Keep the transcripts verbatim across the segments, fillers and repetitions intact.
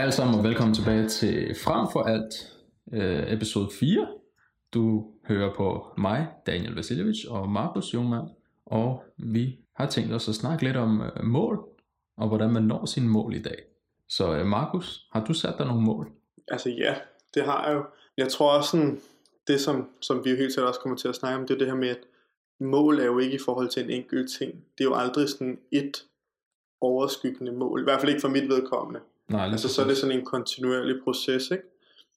alle sammen og velkommen tilbage til Frem for alt, øh, episode fire. Du hører på mig, Daniel Vasiljevic og Markus Jungmann, og vi har tænkt os at snakke lidt om øh, mål, og hvordan man når sine mål i dag. Så øh, Markus, har du sat dig nogle mål? Altså ja, det har jeg jo. Jeg tror også sådan, det som, som vi jo helt sikkert også kommer til at snakke om, det er det her med, at mål er jo ikke i forhold til en enkelt ting. Det er jo aldrig sådan et overskyggende mål, i hvert fald ikke for mit vedkommende. Nej, altså så er det sådan en kontinuerlig proces, ikke?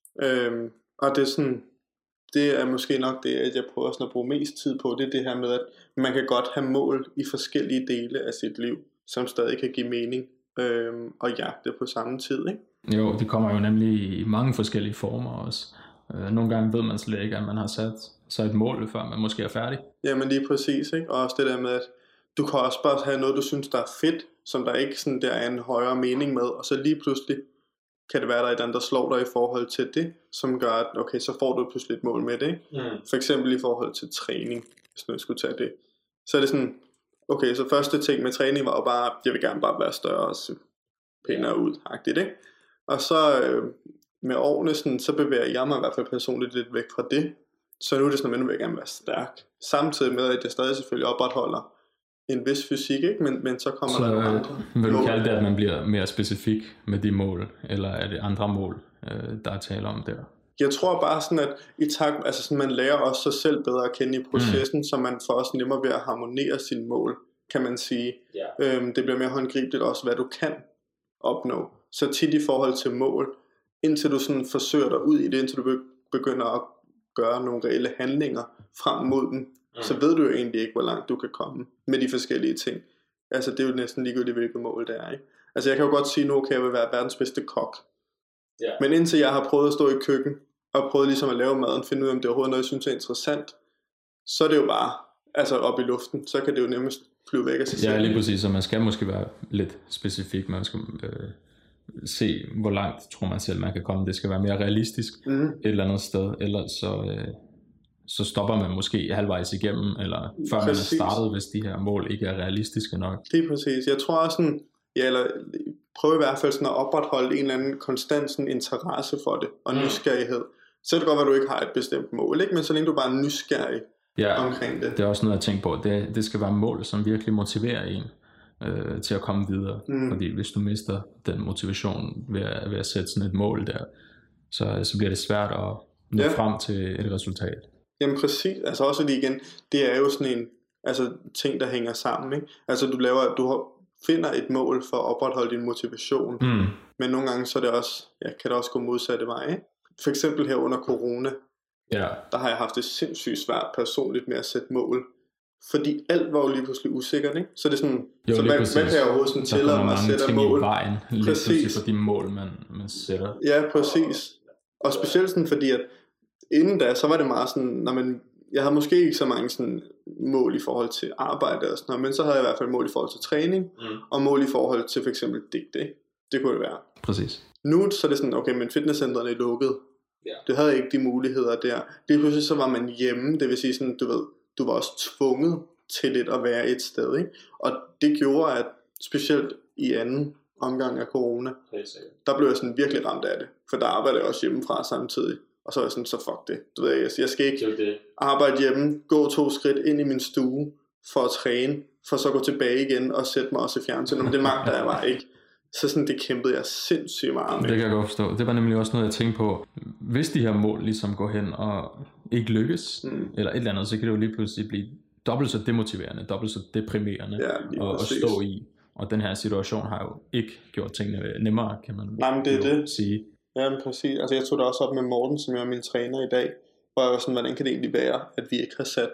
Øhm, og det er sådan, det er måske nok det, at jeg prøver sådan at bruge mest tid på, det er det her med, at man kan godt have mål i forskellige dele af sit liv, som stadig kan give mening øhm, og jagte på samme tid, ikke? Jo, det kommer jo nemlig i mange forskellige former også. Nogle gange ved man slet ikke, at man har sat så et mål, før man måske er færdig. Jamen lige præcis, ikke? Og også det der med, at du kan også bare have noget, du synes, der er fedt, som der ikke sådan der er en højere mening med, og så lige pludselig kan det være, der er et andet, der slår dig i forhold til det, som gør, at okay, så får du pludselig et mål med det, ikke? Mm. For eksempel i forhold til træning, hvis du skulle tage det. Så er det sådan, okay, så første ting med træning var jo bare, jeg vil gerne bare være større og se pænere ud, agtigt, ikke? Og så øh, med årene, sådan, så bevæger jeg mig i hvert fald personligt lidt væk fra det. Så nu er det sådan, at man vil gerne være stærk. Samtidig med, at jeg stadig selvfølgelig opretholder en vis fysik, ikke? Men, men så kommer så, der nogle andre vil du mål. kalde det, at man bliver mere specifik med de mål, eller er det andre mål, der er tale om der? Jeg tror bare sådan, at i takt, altså sådan, man lærer også sig selv bedre at kende i processen, mm. så man får også nemmere ved at harmonere sine mål, kan man sige. Yeah. Øhm, det bliver mere håndgribeligt også, hvad du kan opnå. Så tit i forhold til mål, indtil du sådan forsøger dig ud i det, indtil du begynder at gøre nogle reelle handlinger frem mod den, mm. så ved du jo egentlig ikke, hvor langt du kan komme med de forskellige ting. Altså det er jo næsten ligegyldigt, hvilket mål det er, ikke? Altså jeg kan jo godt sige, nu okay, jeg vil være verdens bedste kok. Yeah. Men indtil jeg har prøvet at stå i køkken, og prøvet ligesom at lave maden, finde ud af, om det er overhovedet noget, jeg synes er interessant, så er det jo bare, altså op i luften, så kan det jo nemmest flyve væk af sig selv. Ja, lige præcis, så man skal måske være lidt specifik, man skal øh, se, hvor langt tror man selv, man kan komme. Det skal være mere realistisk mm. et eller andet sted, ellers så, øh, så stopper man måske halvvejs igennem, eller før præcis. Man er startet, hvis de her mål ikke er realistiske nok. Det er præcis. Jeg tror også sådan, ja, eller prøv i hvert fald sådan at opretholde en eller anden konstant sådan interesse for det, og mm. nysgerrighed. Så er det godt være, at du ikke har et bestemt mål, ikke? Men så længe du bare er nysgerrig ja, omkring det. Det er også noget at tænke på. Det, det skal være mål, som virkelig motiverer en øh, til at komme videre. Mm. Fordi hvis du mister den motivation ved at, ved at sætte sådan et mål der, så, så bliver det svært at nå ja. frem til et resultat. Jamen præcis. Altså også lige igen, det er jo sådan en altså, ting, der hænger sammen, ikke? Altså du laver, du finder et mål for at opretholde din motivation. Mm. Men nogle gange så er det også, ja, kan det også gå modsatte vej, ikke? For eksempel her under corona, ja. Der har jeg haft det sindssygt svært personligt med at sætte mål. Fordi alt var jo lige pludselig usikkert, ikke? Så det er sådan, jo, så hvad, hvad kan jeg overhovedet sådan tillade mig at sætte mål? Der kommer mange ting i vejen, lige pludselig for de mål, man, man sætter. Ja, præcis. Og specielt sådan, fordi at inden da, så var det meget sådan, når man, jeg havde måske ikke så mange sådan mål i forhold til arbejde og sådan noget, men så havde jeg i hvert fald mål i forhold til træning, mm. og mål i forhold til for eksempel digte, ikke? Det kunne det være. Præcis. Nu så er det sådan, okay, men fitnesscentrene er lukket. Ja. Du havde ikke de muligheder der. Lige pludselig så var man hjemme, det vil sige sådan, du ved, du var også tvunget til lidt at være et sted, ikke? Og det gjorde, at specielt i anden omgang af corona, der blev jeg sådan virkelig ramt af det. For der arbejdede jeg også hjemmefra samtidig. Og så var jeg sådan, så fuck det. Du ved, jeg, jeg skal ikke arbejde hjemme, gå to skridt ind i min stue for at træne, for så gå tilbage igen og sætte mig også i fjernsynet. Men det magter jeg bare ikke. Så sådan, det kæmpede jeg sindssygt meget med. Det kan jeg godt forstå. Det var nemlig også noget, jeg tænkte på. Hvis de her mål ligesom går hen og ikke lykkes, mm. eller et eller andet, så kan det jo lige pludselig blive dobbelt så demotiverende, dobbelt så deprimerende ja, at, at stå i. Og den her situation har jo ikke gjort tingene nemmere, kan man Nej, men det er jo det. sige. Ja, men præcis. Altså jeg tog det også op med Morten, som er min træner i dag, hvor jeg var sådan, hvordan kan det egentlig være, at vi ikke har sat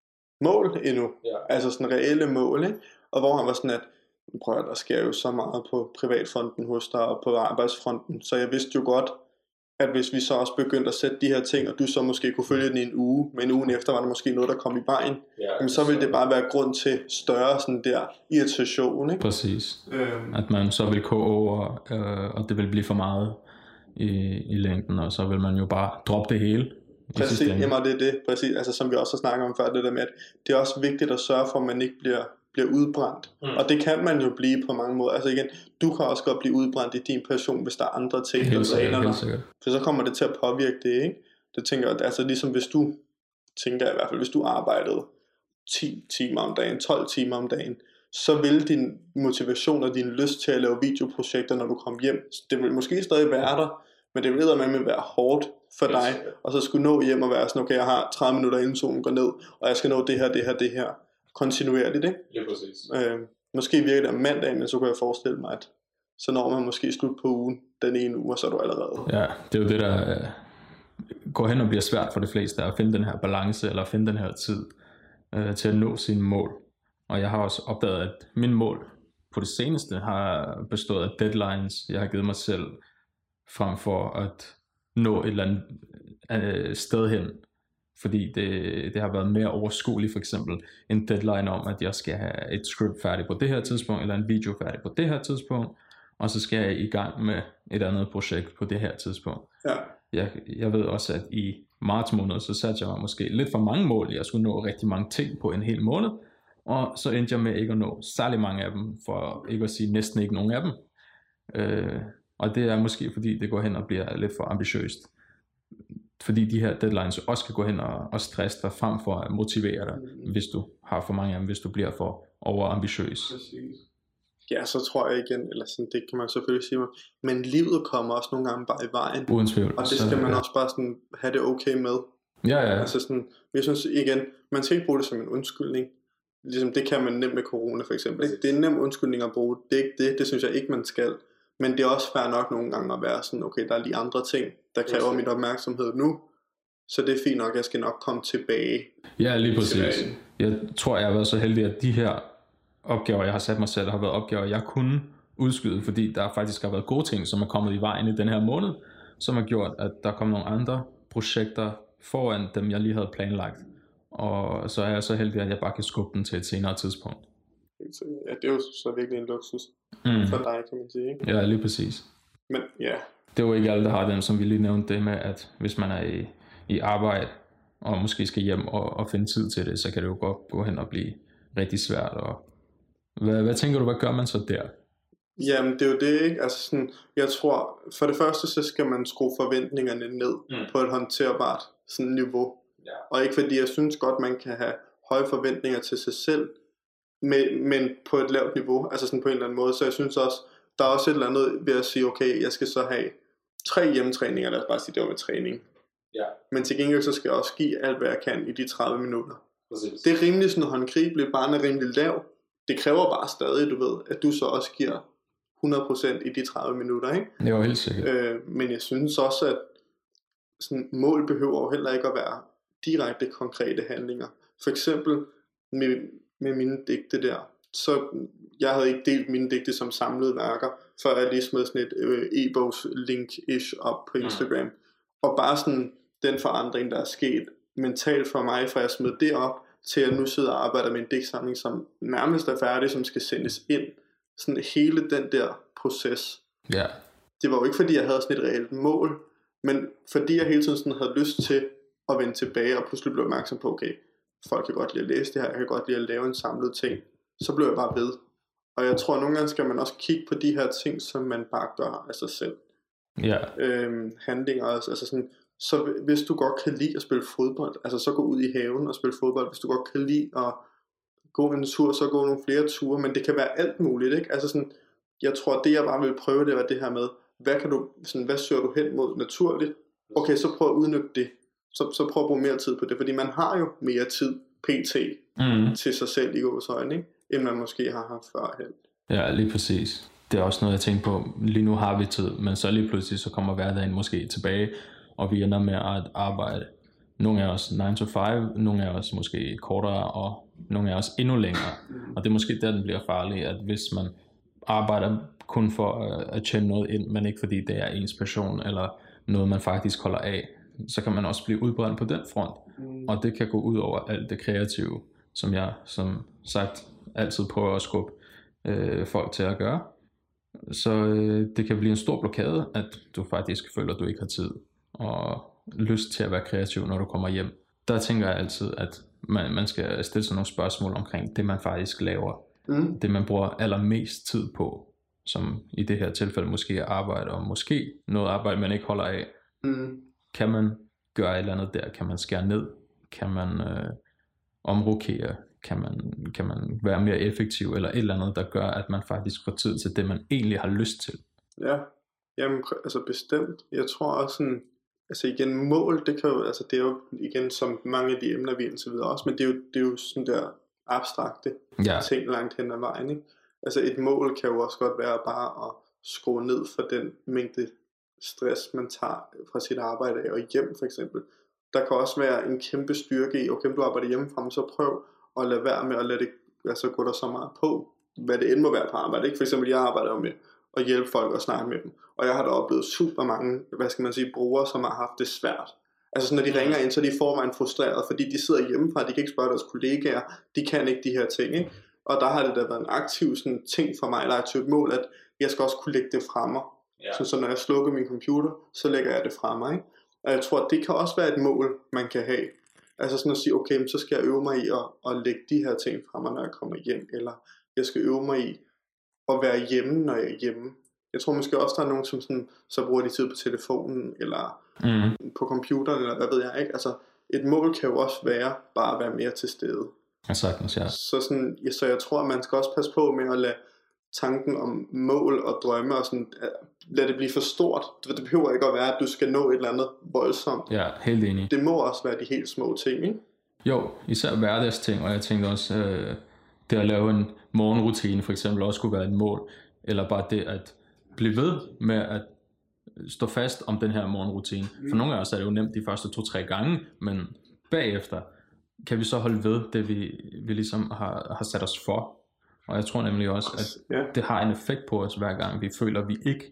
mål endnu? Ja. Altså sådan reelle mål, ikke? Og hvor han var sådan, at prøv at der sker jo så meget på privatfronten hos dig og på arbejdsfronten, så jeg vidste jo godt, at hvis vi så også begyndte at sætte de her ting, og du så måske kunne følge den i en uge, men ugen efter var der måske noget, der kom i vejen, ja, jamen, så ville det bare være grund til større sådan der irritation, ikke? Præcis. Øhm. At man så vil koge over, øh, og det vil blive for meget i, i længden, og så vil man jo bare droppe det hele. Præcis, jamen det er det, præcis. Altså som vi også har snakket om før, det der med, at det er også vigtigt at sørge for, at man ikke bliver bliver udbrændt. Mm. Og det kan man jo blive på mange måder. Altså igen, du kan også godt blive udbrændt i din passion, hvis der er andre ting, der dræner dig. For så kommer det til at påvirke det, ikke? Det tænker jeg, altså ligesom hvis du, tænker jeg i hvert fald, hvis du arbejdede ti timer om dagen, tolv timer om dagen, så vil din motivation og din lyst til at lave videoprojekter, når du kommer hjem, det vil måske stadig være der, men det vil eddermame være hårdt for dig, og så skulle nå hjem og være sådan, okay, jeg har tredive minutter inden solen går ned, og jeg skal nå det her, det her, det her, kontinuerligt, ikke? Ja, præcis. Øh, måske virker det om mandag, men så kan jeg forestille mig, at så når man måske slut på ugen, den ene uge, og så er du allerede. Ja, det er jo det, der øh, går hen og bliver svært for de fleste, at finde den her balance, eller finde den her tid øh, til at nå sine mål. Og jeg har også opdaget, at min mål på det seneste har bestået af deadlines, jeg har givet mig selv, frem for at nå et eller andet øh, sted hen. Fordi det, det har været mere overskueligt, for eksempel en deadline om, at jeg skal have et script færdigt på det her tidspunkt, eller en video færdig på det her tidspunkt, og så skal jeg i gang med et andet projekt på det her tidspunkt. Ja. Jeg, jeg ved også, at i marts måned, så satte jeg mig måske lidt for mange mål. Jeg skulle nå rigtig mange ting på en hel måned, og så endte jeg med ikke at nå særlig mange af dem, for ikke at sige næsten ikke nogen af dem. Øh, og det er måske fordi, det går hen og bliver lidt for ambitiøst. Fordi de her deadlines også kan gå hen og, og stresse dig frem for at motivere dig, mm. hvis du har for mange af dem, hvis du bliver for overambitiøs. Præcis. Ja, så tror jeg igen, eller sådan, det kan man selvfølgelig sige, men livet kommer også nogle gange bare i vejen. Uden tvivl. Og det skal så, man ja. også bare sådan have det okay med. Ja, ja. Altså sådan, jeg synes igen, man skal ikke bruge det som en undskyldning. Ligesom det kan man nemt med corona for eksempel. Ikke? Det er en nem undskyldning at bruge. Det er ikke det, det synes jeg ikke man skal. Men det er også fair nok nogle gange at være sådan, okay, der er lige andre ting, der kræver min opmærksomhed nu. Så det er fint nok, jeg skal nok komme tilbage. Ja, lige præcis. Tilbage. Jeg tror, jeg har været så heldig, at de her opgaver, jeg har sat mig selv, har været opgaver, jeg kunne udskyde, fordi der faktisk har været gode ting, som er kommet i vejen i den her måned, som har gjort, at der kom nogle andre projekter foran dem, jeg lige havde planlagt. Og så er jeg så heldig, at jeg bare kan skubbe den til et senere tidspunkt. Ja, det er jo så virkelig en luksus mm. for dig, kan man sige, ikke? Ja, lige præcis. Men ja. Det er jo ikke alle, der har den, som vi lige nævnte det med, at hvis man er i, i arbejde, og måske skal hjem og, og finde tid til det, så kan det jo godt gå hen og blive rigtig svært. Og hvad, hvad tænker du, hvad gør man så der? Jamen, det er jo det, ikke? Altså sådan, jeg tror, for det første, så skal man skrue forventningerne ned mm. på et håndterbart sådan niveau. Ja. Og ikke fordi jeg synes godt, man kan have høje forventninger til sig selv, men, men på et lavt niveau, altså sådan på en eller anden måde. Så jeg synes også, der er også et eller andet ved at sige, okay, jeg skal så have tre hjemmetræninger, lad os bare sige, det var med træning. Ja. Men til gengæld så skal jeg også give alt, hvad jeg kan i de tredive minutter. Præcis. Det er rimelig sådan håndgribeligt, barn er rimelig lav. Det kræver bare stadig, du ved, at du så også giver hundrede procent i de tredive minutter, ikke? Det var helt sikkert. Øh, men jeg synes også, at sådan, mål behøver jo heller ikke at være direkte konkrete handlinger. For eksempel med, med mine digte der, så jeg havde ikke delt mine digte som samlede værker, før jeg lige smed sådan et øh, e-bogs link-ish op på Instagram. Mm. Og bare sådan den forandring, der er sket mentalt for mig, fra jeg smed det op, til at nu sidder og arbejder med en digtsamling, som nærmest er færdig, som skal sendes ind. Sådan hele den der proces. Ja. Yeah. Det var jo ikke fordi jeg havde sådan et reelt mål, men fordi jeg hele tiden sådan havde lyst til at vende tilbage, og pludselig blev opmærksom på, okay, folk kan godt lide at læse det her, jeg kan godt lide at lave en samlet ting, så blev jeg bare ved. Og jeg tror, at nogle gange skal man også kigge på de her ting, som man bare gør af sig selv. Ja. Øhm, handlinger, altså sådan, så hvis du godt kan lide at spille fodbold, altså så gå ud i haven og spille fodbold. Hvis du godt kan lide at gå en tur, så gå nogle flere ture, men det kan være alt muligt, ikke? Altså sådan, jeg tror, at det jeg bare vil prøve, det var det her med, hvad kan du, sådan, hvad søger du hen mod naturligt? Okay, så prøv at udnytte det. Så, så prøv at bruge mere tid på det, fordi man har jo mere tid, pt, mm. til sig selv i gåseøjne, ikke? End man måske har haft førhen. Ja, lige præcis. Det er også noget, jeg tænker på. Lige nu har vi tid, men så lige pludselig, så kommer hverdagen måske tilbage, og vi ender med at arbejde. Nogle af os nine to five, nogle af os måske kortere, og nogle af os endnu længere. Og det er måske der, den bliver farlig, at hvis man arbejder kun for at tjene noget ind, men ikke fordi det er ens passion, eller noget, man faktisk holder af, så kan man også blive udbrændt på den front. Og det kan gå ud over alt det kreative, som jeg, som sagt, altid prøver at skubbe øh, folk til at gøre. Så øh, det kan blive en stor blokade, at du faktisk føler, at du ikke har tid og lyst til at være kreativ, når du kommer hjem. Der tænker jeg altid, at man, man skal stille sig nogle spørgsmål omkring det, man faktisk laver. Mm. Det, man bruger allermest tid på, som i det her tilfælde måske er arbejde, og måske noget arbejde, man ikke holder af. Mm. Kan man gøre et eller andet der? Kan man skære ned? Kan man øh, omrokere? Kan man, kan man være mere effektiv? Eller et eller andet, der gør, at man faktisk får tid til det, man egentlig har lyst til? Ja, jamen altså bestemt. Jeg tror også sådan, altså igen mål, det kan jo, altså det er jo igen som mange af de emner, vi indtil videre også, men det er jo, det er jo sådan der abstrakte ja. ting langt hen ad vejen, ikke? Altså et mål kan jo også godt være bare at skrue ned for den mængde stress, man tager fra sit arbejde af og hjem for eksempel. Der kan også være en kæmpe styrke i, okay, du arbejder hjemmefra, så prøv at lade være med at lade det altså, gå der så meget på, hvad det end må være på arbejde, ikke? For eksempel, jeg arbejder jo med at hjælpe folk og snakke med dem, og jeg har da oplevet super mange, hvad skal man sige, brugere, som har haft det svært. Altså når de ringer ind, så er de i forvejen frustreret, fordi de sidder hjemmefra, de kan ikke spørge deres kollegaer, de kan ikke de her ting, ikke? Og der har det da været en aktiv sådan, ting for mig, eller et aktivt mål, at jeg skal også kunne lægge det fra mig. Ja. Så, så når jeg slukker min computer, så lægger jeg det fra mig, ikke? Og jeg tror, at det kan også være et mål, man kan have. Altså sådan at sige, okay, så skal jeg øve mig i at, at lægge de her ting fra mig, når jeg kommer hjem, eller jeg skal øve mig i at være hjemme, når jeg er hjemme. Jeg tror måske også, der er nogen, som sådan, så bruger de tid på telefonen, eller mm. på computeren, eller hvad ved jeg, ikke? Altså, et mål kan jo også være, bare at være mere til stede. Ja, sagtens, ja. Så, sådan, ja, så jeg tror, at man skal også passe på med at lade tanken om mål og drømme, og sådan, lade det blive for stort. Det behøver ikke at være, at du skal nå et eller andet voldsomt. Ja, helt enig. Det må også være de helt små ting, ikke? Jo, især hverdagsting, og jeg tænkte også, øh, det at lave en morgenrutine for eksempel også kunne være et mål, eller bare det at blive ved med at stå fast om den her morgenrutine. For nogle af os er det jo nemt de første to-tre gange, men bagefter kan vi så holde ved det, vi, vi ligesom har, har sat os for. Og jeg tror nemlig også, at ja. det har en effekt på os hver gang, vi føler, at vi ikke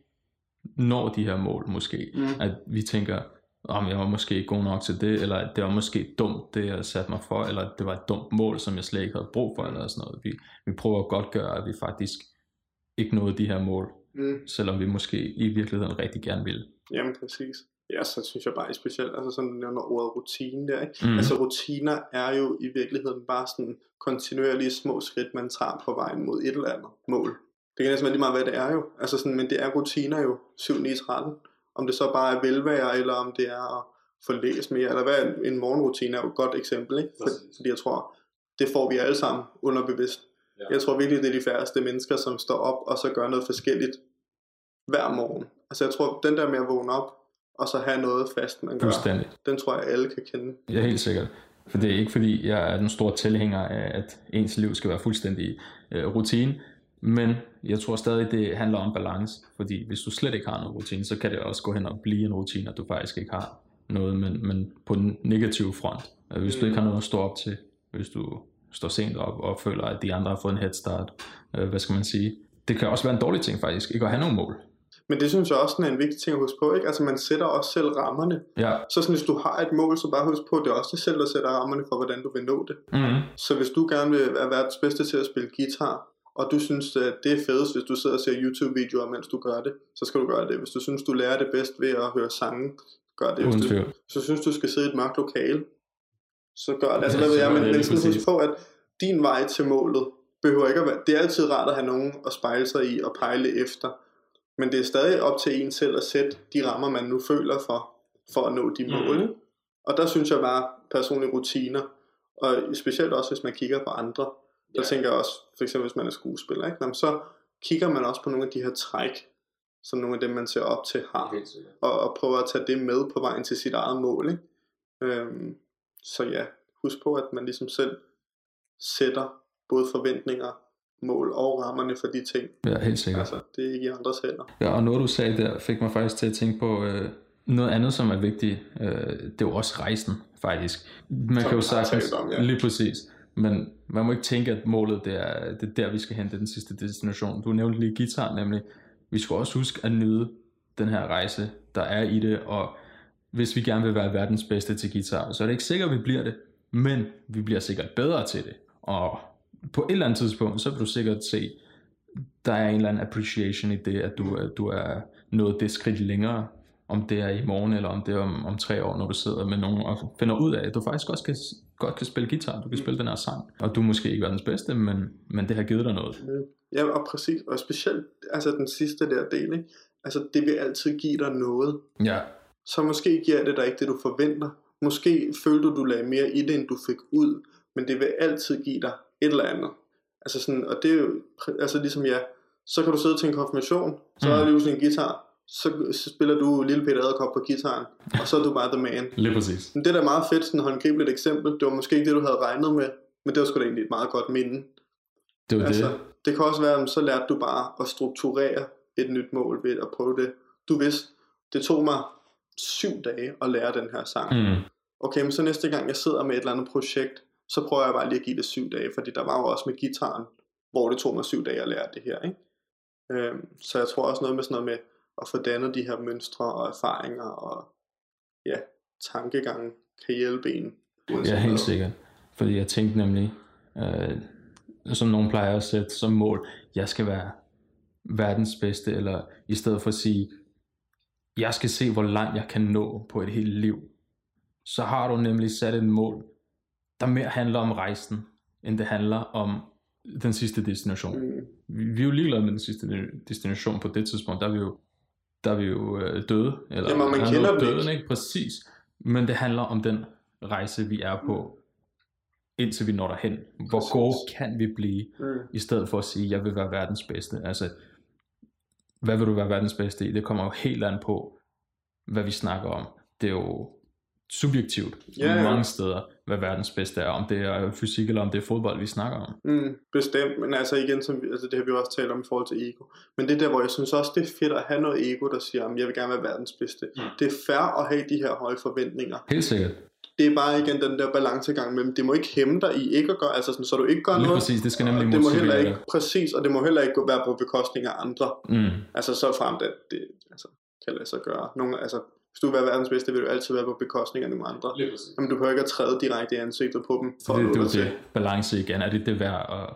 når de her mål måske. Mm. At vi tænker, om jeg var måske ikke god nok til det, eller det var måske dumt, det jeg satte mig for, eller det var et dumt mål, som jeg slet ikke havde brug for, eller sådan noget. Vi, vi prøver at godt gøre, at vi faktisk ikke nåede de her mål, mm. selvom vi måske i virkeligheden rigtig gerne ville. Jamen præcis. Ja, så synes jeg bare specielt, altså sådan nævner ordet rutine der, ikke? Mm. Altså rutiner er jo i virkeligheden bare sådan kontinuerlige små skridt, man tager på vejen mod et eller andet mål. Det kan næsten være lige meget, hvad det er jo. Altså sådan, men det er rutiner jo, syv ni tretten. Om det så bare er velvære, eller om det er at få læst mere, eller hvad en morgenrutine er jo et godt eksempel, ikke? For, fordi jeg tror, det får vi alle sammen underbevidst. Ja. Jeg tror virkelig, det er de færreste mennesker, som står op og så gør noget forskelligt hver morgen. Altså jeg tror, den der med at vågne op, og så have noget fast, man gør, den tror jeg, alle kan kende. Ja, helt sikkert. For det er ikke fordi, jeg er den store tilhænger af, at ens liv skal være fuldstændig øh, rutine, men jeg tror stadig, det handler om balance. Fordi hvis du slet ikke har noget rutine, så kan det også gå hen og blive en rutine, at du faktisk ikke har noget, men, men på den negative front. Hvis mm. du ikke har noget at stå op til, hvis du står sent op og føler, at de andre har fået en head start, øh, hvad skal man sige? Det kan også være en dårlig ting faktisk, ikke at have nogle mål. Men det synes jeg også er en vigtig ting at huske på, ikke? Altså man sætter også selv rammerne. Ja. Så sådan, hvis du har et mål, så bare husk på, at det er også dig selv, der sætter rammerne for, hvordan du vil nå det. Mm-hmm. Så hvis du gerne vil være verdens bedste til at spille guitar, og du synes, at det er fedest, hvis du sidder og ser YouTube-videoer, mens du gør det, så skal du gøre det. Hvis du synes, du lærer det bedst ved at høre sange, gør det. Hvis du, så synes du skal sidde i et mørkt lokale, så gør det. Altså hvad ved jeg, men, men sådan husk på, at din vej til målet behøver ikke at være. Det er altid rart at have nogen at spejle sig i og pejle efter. Men det er stadig op til en selv at sætte de rammer, man nu føler for, for at nå de mål. Mm. Og der synes jeg bare personlige rutiner, og specielt også hvis man kigger på andre, der yeah. tænker jeg også, for eksempel hvis man er skuespiller, ikke? Jamen, så kigger man også på nogle af de her træk, som nogle af dem man ser op til har, og, og prøver at tage det med på vejen til sit eget mål. Ikke? Øhm, så ja, husk på, at man ligesom selv sætter både forventninger, mål og rammerne for de ting. Ja, helt sikkert. Altså, det er ikke i andres hænder. Ja, og noget du sagde der, fik mig faktisk til at tænke på øh, noget andet, som er vigtigt. Øh, det er jo også rejsen, faktisk. Man som kan jo sagtens, ja. Lige præcis. Men man må ikke tænke, at målet det er, det er der, vi skal hente den sidste destination. Du nævnte lige guitar, nemlig. Vi skal også huske at nyde den her rejse, der er i det, og hvis vi gerne vil være verdens bedste til guitar, så er det ikke sikkert, at vi bliver det, men vi bliver sikkert bedre til det. Og på et eller andet tidspunkt, så vil du sikkert se, der er en eller anden appreciation i det, at du, at du er nået det skridt længere, om det er i morgen, eller om det er om, om tre år, når du sidder med nogen og finder ud af, at du faktisk også kan godt kan spille guitar, du kan spille den her sang, og du er måske ikke verdens bedste, men, men det har givet dig noget. Ja, og præcis, og specielt altså den sidste der del, ikke? Altså det vil altid give dig noget. Ja. Så måske giver det dig ikke det, du forventer. Måske følte du, du lagde mere i det, end du fik ud, men det vil altid give dig et eller andet. Altså sådan, og det er jo, altså ligesom ja, så kan du sidde til en konfirmation, så har mm. du sådan en guitar, så spiller du Lille Peter Edderkop på guitaren, og så er du bare the man. Lige præcis. Men det der er meget fedt, sådan et håndgribeligt eksempel, det var måske ikke det, du havde regnet med, men det var sgu da egentlig et meget godt minde. Det var altså, det. Det kan også være, at så lærte du bare at strukturere et nyt mål ved at prøve det. Du vidste, det tog mig syv dage at lære den her sang. Mm. Okay, men så næste gang jeg sidder med et eller andet projekt, så prøver jeg bare lige at give det syv dage, fordi der var jo også med gitaren, hvor det tog mig syv dage at lære det her, ikke? Øhm, så jeg tror også noget med sådan noget med at få dannet de her mønstre og erfaringer og ja, tankegangen kan hjælpe en. Ja, helt sikkert. Fordi jeg tænkte nemlig, øh, som nogen plejer at sætte som mål, jeg skal være verdens bedste, eller i stedet for at sige, jeg skal se, hvor langt jeg kan nå på et helt liv. Så har du nemlig sat et mål, der mere handler om rejsen, end det handler om den sidste destination. Mm. Vi, vi er jo ligeglade med den sidste destination på det tidspunkt, der er vi jo, der er vi jo øh, døde. Eller Jamen, man kender den døden, ikke. ikke? Præcis. Men det handler om den rejse, vi er på, indtil vi når derhen. Hvor Præcis. Gode kan vi blive, mm. i stedet for at sige, jeg vil være verdens bedste. Altså, hvad vil du være verdens bedste i? Det kommer jo helt an på, hvad vi snakker om. Det er jo subjektivt yeah, mange steder, hvad verdens bedste er, om det er fysik eller om det er fodbold, vi snakker om. Mm, bestemt, men altså igen, som, altså det har vi også talt om i forhold til ego. Men det er der, hvor jeg synes også, det er fedt at have noget ego, der siger, at jeg vil gerne være verdens bedste. Mm. Det er fair at have de her høje forventninger. Helt sikkert. Det er bare igen den der balancegang mellem, det må ikke hæmme dig i ikke at gøre, altså sådan, så du ikke gør Lige noget. Præcis, det skal nemlig det må motivere heller ikke, dig. Præcis, og det må heller ikke være på bekostning af andre. Mm. Altså så fremt, at det altså, kan lade sig gøre. Nogle, altså, hvis du vil være verdens bedste, vil du altid være på bekostning af nogle andre. Men du behøver ikke at træde direkte i ansigtet på dem. For det, det er jo det balance igen. Er det det værd at,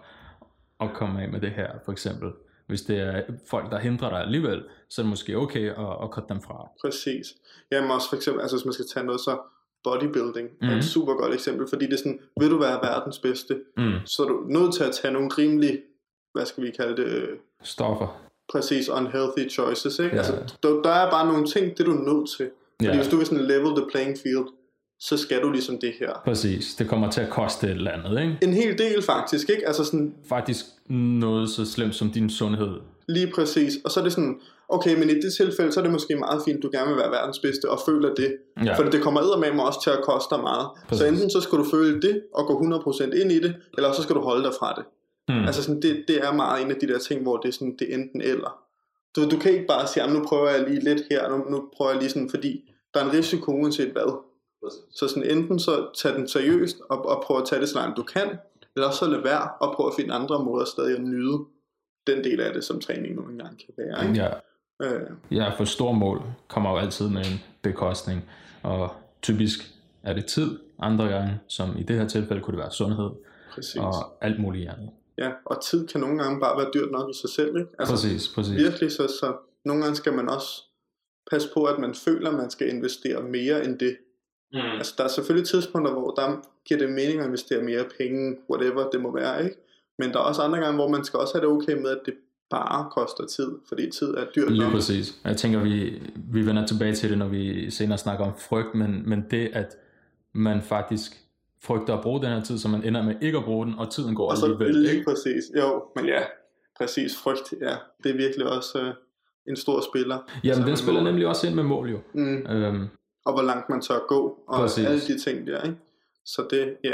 at komme af med det her, for eksempel? Hvis det er folk, der hindrer dig alligevel, så er det måske okay at, at cutte dem fra. Præcis. Jamen også for eksempel, altså hvis man skal tage noget så bodybuilding, mm. er et super godt eksempel, fordi det er sådan, vil du være verdens bedste, mm. så er du nødt til at tage nogle rimelig, hvad skal vi kalde det? Stoffer. Præcis, unhealthy choices, ikke? Ja. Altså, der, der er bare nogle ting, det er du nødt til. Fordi ja. Hvis du vil sådan level the playing field, så skal du ligesom det her. Præcis, det kommer til at koste et eller andet, ikke? En hel del faktisk, ikke? Altså sådan... Faktisk noget så slemt som din sundhed. Lige præcis, og så er det sådan, okay, men i det tilfælde, så er det måske meget fint, du gerne vil være verdens bedste, og føler det. Ja. For det kommer eddermame også til at koste dig meget. Præcis. Så enten så skal du føle det, og gå hundrede procent ind i det, eller så skal du holde dig fra det. Hmm. Altså sådan, det, det er meget en af de der ting, hvor det er sådan, det er enten eller. Du, du kan ikke bare sige, nu prøver jeg lige lidt her, nu, nu prøver jeg lige sådan, fordi der er en risiko uanset hvad. Så sådan enten så tag den seriøst, og, og prøv at tage det så langt du kan, eller så lad være, og prøv at finde andre måder stadig at nyde den del af det, som træning nogle gange kan være. Ikke? Ja. Øh. Ja, for store mål kommer jo altid med en bekostning, og typisk er det tid, andre gange, som i det her tilfælde kunne det være sundhed. Præcis. Og alt muligt andet. Ja, og tid kan nogle gange bare være dyrt nok i sig selv, ikke? Altså, præcis, præcis. Virkelig, så, så nogle gange skal man også passe på, at man føler, at man skal investere mere end det. Mm. Altså, der er selvfølgelig tidspunkter, hvor der giver det mening at investere mere penge, whatever det må være, ikke? Men der er også andre gange, hvor man skal også have det okay med, at det bare koster tid, fordi tid er dyrt. Lige præcis. Jeg tænker, vi, vi vender tilbage til det, når vi senere snakker om frygt, men, men det, at man faktisk frygter at bruge den her tid, så man ender med ikke at bruge den, og tiden går alligevel. Lige ikke? Præcis. Jo, men ja, præcis. Frygt, ja. Det er virkelig også øh, en stor spiller. Jamen, den spiller mål. Nemlig også ind med mål, jo. Mm. Øhm. Og hvor langt man tør gå, og præcis. Alle de ting der, ikke? Så det, ja.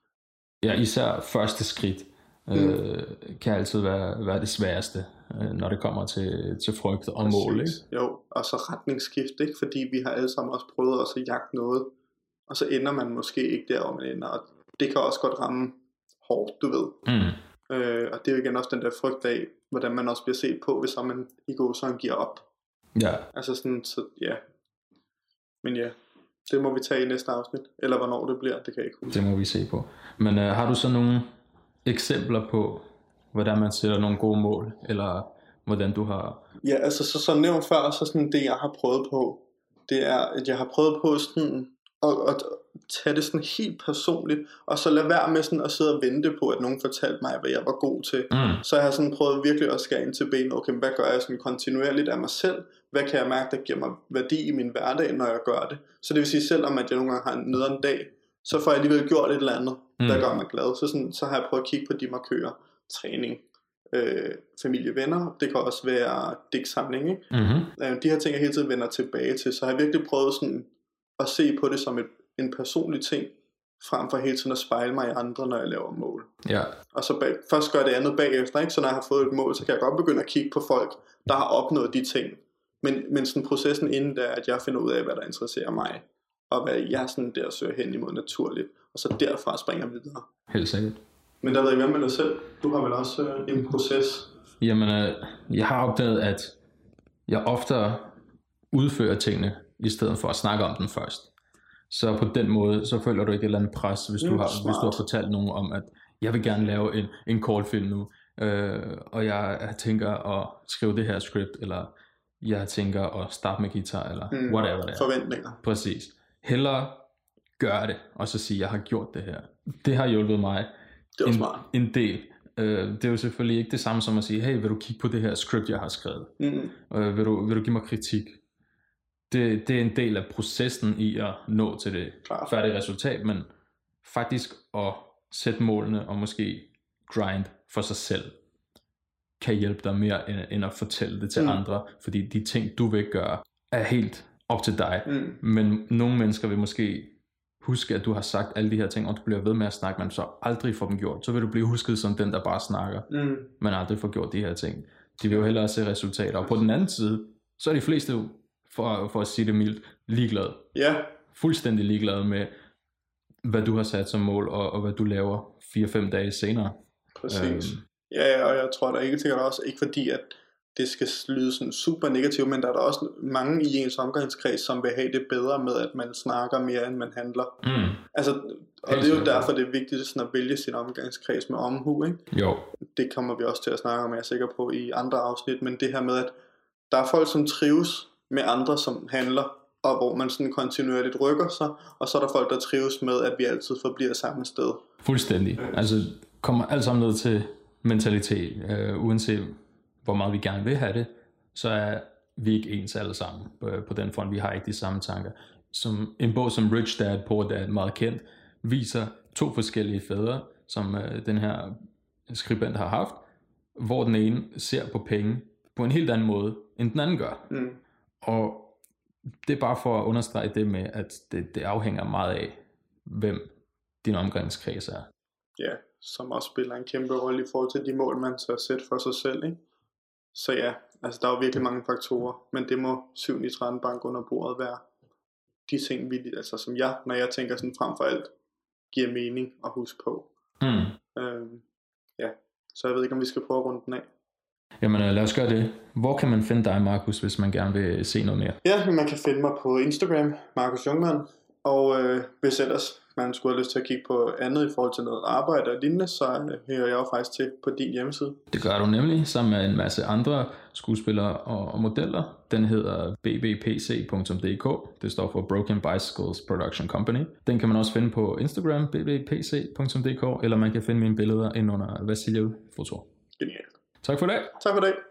Ja, især første skridt mm. øh, kan altid være, være det sværeste, øh, når det kommer til, til frygt og præcis. Mål, ikke? Jo, og så retningsskift, ikke? Fordi vi har alle sammen også prøvet også at jagte noget, og så ender man måske ikke der, hvor man ender, og det kan også godt ramme hårdt, du ved. Mm. Øh, og det er jo igen også den der frygt af, hvordan man også bliver set på, hvis man i går så giver op. Ja. Altså sådan, så ja. Men ja, det må vi tage i næste afsnit, eller hvornår det bliver, det kan jeg ikke huske. Det må vi se på. Men øh, har du så nogle eksempler på, hvordan man sætter nogle gode mål, eller hvordan du har... Ja, altså så, så nævnt før, så sådan det jeg har prøvet på, det er, at jeg har prøvet på sådan, og, og tage det sådan helt personligt, og så lade være med sådan at sidde og vente på, at nogen fortalte mig, hvad jeg var god til. Mm. Så jeg har sådan prøvet virkelig at skære ind til benet, okay, hvad gør jeg sådan kontinuerligt af mig selv? Hvad kan jeg mærke, der giver mig værdi i min hverdag, når jeg gør det? Så det vil sige, selvom at jeg nogle gange har en nederen dag, så får jeg alligevel gjort et eller andet, mm. der gør mig glad. Så, sådan, så har jeg prøvet at kigge på de markører, træning, øh, familie, venner, det kan også være digtsamling, ikke? Mm-hmm. Øh, de her ting, jeg hele tiden vender tilbage til, så har jeg virkelig prøvet sådan at se på det som et, en personlig ting, frem for hele tiden at spejle mig i andre, når jeg laver mål. Ja. Og så bag, først gør det andet bagefter, ikke? Så når jeg har fået et mål, så kan jeg godt begynde at kigge på folk, der har opnået de ting. Men, men sådan processen inden der, at jeg finder ud af, hvad der interesserer mig, og hvad jeg sådan der søger hen imod naturligt, og så derfra springer videre. Helt sikkert. Men der ved jeg, hvad med dig selv? Du har vel også øh, en proces? Jamen, øh, jeg har opdaget, at jeg oftere udfører tingene, i stedet for at snakke om den først. Så på den måde, så føler du ikke et eller andet pres, hvis, mm, du, har, hvis du har fortalt nogen om, at jeg vil gerne lave en, en kortfilm nu, øh, og jeg, jeg tænker at skrive det her script, eller jeg tænker at starte med guitar, eller mm, whatever det er. Forventninger. Præcis. Hellere gøre det, og så sige, at jeg har gjort det her. Det har hjulpet mig det en, smart. en del. Uh, det er jo selvfølgelig ikke det samme som at sige, hey, vil du kigge på det her script, jeg har skrevet? Mm. Uh, vil, du, vil du give mig kritik? Det, det er en del af processen i at nå til det Klar. færdige resultat, men faktisk at sætte målene og måske grind for sig selv, kan hjælpe dig mere end, end at fortælle det til mm. andre, fordi de ting, du vil gøre, er helt op til dig. Mm. Men nogle mennesker vil måske huske, at du har sagt alle de her ting, og du bliver ved med at snakke, men så aldrig får dem gjort. Så vil du blive husket som den, der bare snakker, mm. men aldrig får gjort de her ting. De vil jo hellere se resultater. Og på den anden side, så er de fleste, for, for at sige det mildt, ligeglade. Ja. Yeah. Fuldstændig ligeglade med, hvad du har sat som mål, og, og hvad du laver fire fem dage senere. Præcis. Øhm. Ja, og jeg tror da ikke sikkert også, ikke fordi at det skal lyde sådan super negativt, men der er der også mange i ens omgangskreds, som vil have det bedre med, at man snakker mere, end man handler. Mm. Altså, og det er jo derfor, det er vigtigt sådan at vælge sin omgangskreds med omhu, ikke? Jo. Det kommer vi også til at snakke om, jeg er sikker på, i andre afsnit, men det her med, at der er folk, som trives med andre, som handler, og hvor man sådan kontinuerligt rykker sig, og så er der folk, der trives med, at vi altid forbliver samme sted. Fuldstændig. Altså, kommer alt sammen ned til mentalitet, øh, uanset hvor meget vi gerne vil have det, så er vi ikke ens alle sammen på, på den front. Vi har ikke de samme tanker. Som en bog som Rich Dad, Poor Dad, meget kendt, viser to forskellige fædre, som øh, den her skribent har haft, hvor den ene ser på penge på en helt anden måde, end den anden gør. Mm. Og det er bare for at understrege det med, at det, det afhænger meget af, hvem din omgangskreds er. Ja, som også spiller en kæmpe rolle i forhold til de mål, man så sætter for sig selv, ikke? Så ja, altså der er jo virkelig mange faktorer, men det må syv ni tretten bank under bordet være de ting, vi, altså som jeg, når jeg tænker sådan frem for alt, giver mening at huske på. Mm. Øhm, ja, så jeg ved ikke, om vi skal prøve at runde den af. Jamen lad os gøre det. Hvor kan man finde dig, Markus, hvis man gerne vil se noget mere? Ja, man kan finde mig på Instagram, Markus Jungmann, og øh, hvis ellers man skulle have lyst til at kigge på andet i forhold til noget arbejde og lignende, så hører jeg jo faktisk til på din hjemmeside. Det gør du nemlig, sammen med en masse andre skuespillere og, og modeller. Den hedder b b p c punktum d k. Det står for Broken Bicycles Production Company. Den kan man også finde på Instagram, b b p c punktum d k, eller man kan finde mine billeder ind under Vasiljev Foto. Genialt. Tak for det. Tak for det.